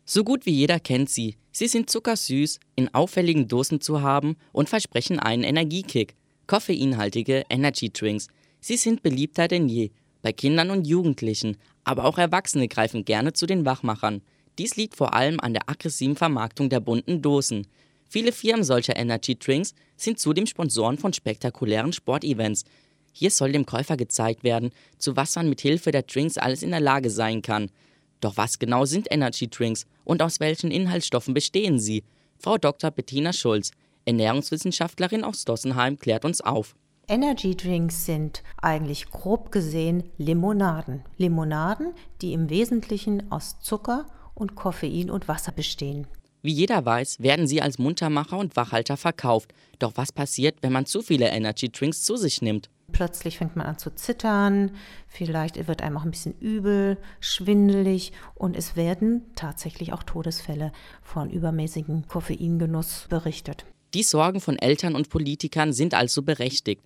So gut wie jeder kennt sie. Sie sind zuckersüß, in auffälligen Dosen zu haben und versprechen einen Energiekick. Koffeinhaltige Energy Drinks. Sie sind beliebter denn je. Bei Kindern und Jugendlichen. Aber auch Erwachsene greifen gerne zu den Wachmachern. Dies liegt vor allem an der aggressiven Vermarktung der bunten Dosen. Viele Firmen solcher Energy Drinks sind zudem Sponsoren von spektakulären Sportevents. Hier soll dem Käufer gezeigt werden, zu was man mit Hilfe der Drinks alles in der Lage sein kann. Doch was genau sind Energy Drinks und aus welchen Inhaltsstoffen bestehen sie? Frau Dr. Bettina Schulz, Ernährungswissenschaftlerin aus Dossenheim, klärt uns auf. Energy Drinks sind eigentlich grob gesehen Limonaden. Limonaden, die im Wesentlichen aus Zucker und Koffein und Wasser bestehen. Wie jeder weiß, werden sie als Muntermacher und Wachhalter verkauft. Doch was passiert, wenn man zu viele Energy Drinks zu sich nimmt? Plötzlich fängt man an zu zittern, vielleicht wird einem auch ein bisschen übel, schwindelig und es werden tatsächlich auch Todesfälle von übermäßigem Koffeingenuss berichtet. Die Sorgen von Eltern und Politikern sind also berechtigt.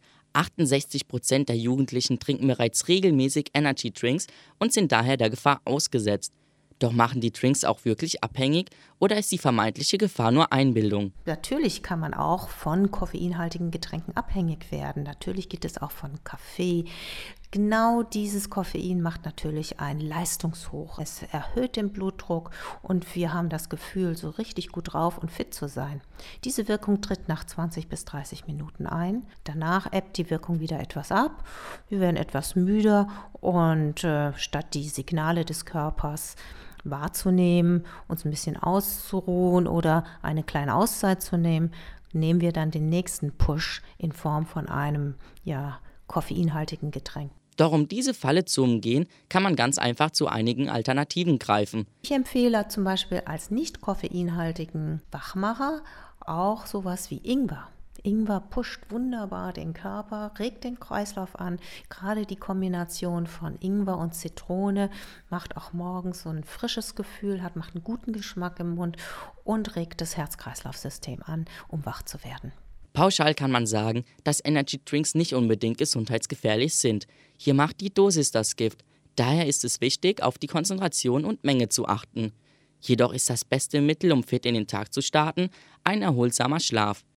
68% der Jugendlichen trinken bereits regelmäßig Energy Drinks und sind daher der Gefahr ausgesetzt. Doch machen die Drinks auch wirklich abhängig oder ist die vermeintliche Gefahr nur Einbildung? Natürlich kann man auch von koffeinhaltigen Getränken abhängig werden. Natürlich geht es auch von Kaffee. Genau dieses Koffein macht natürlich einen Leistungshoch. Es erhöht den Blutdruck und wir haben das Gefühl, so richtig gut drauf und fit zu sein. Diese Wirkung tritt nach 20 bis 30 Minuten ein. Danach ebbt die Wirkung wieder etwas ab. Wir werden etwas müder und statt die Signale des Körpers wahrzunehmen, uns ein bisschen auszuruhen oder eine kleine Auszeit zu nehmen, nehmen wir dann den nächsten Push in Form von einem koffeinhaltigen Getränk. Doch um diese Falle zu umgehen, kann man ganz einfach zu einigen Alternativen greifen. Ich empfehle zum Beispiel als nicht koffeinhaltigen Wachmacher auch sowas wie Ingwer. Ingwer pusht wunderbar den Körper, regt den Kreislauf an. Gerade die Kombination von Ingwer und Zitrone macht auch morgens so ein frisches Gefühl, macht einen guten Geschmack im Mund und regt das Herz-Kreislauf-System an, um wach zu werden. Pauschal kann man sagen, dass Energy Drinks nicht unbedingt gesundheitsgefährlich sind. Hier macht die Dosis das Gift. Daher ist es wichtig, auf die Konzentration und Menge zu achten. Jedoch ist das beste Mittel, um fit in den Tag zu starten, ein erholsamer Schlaf.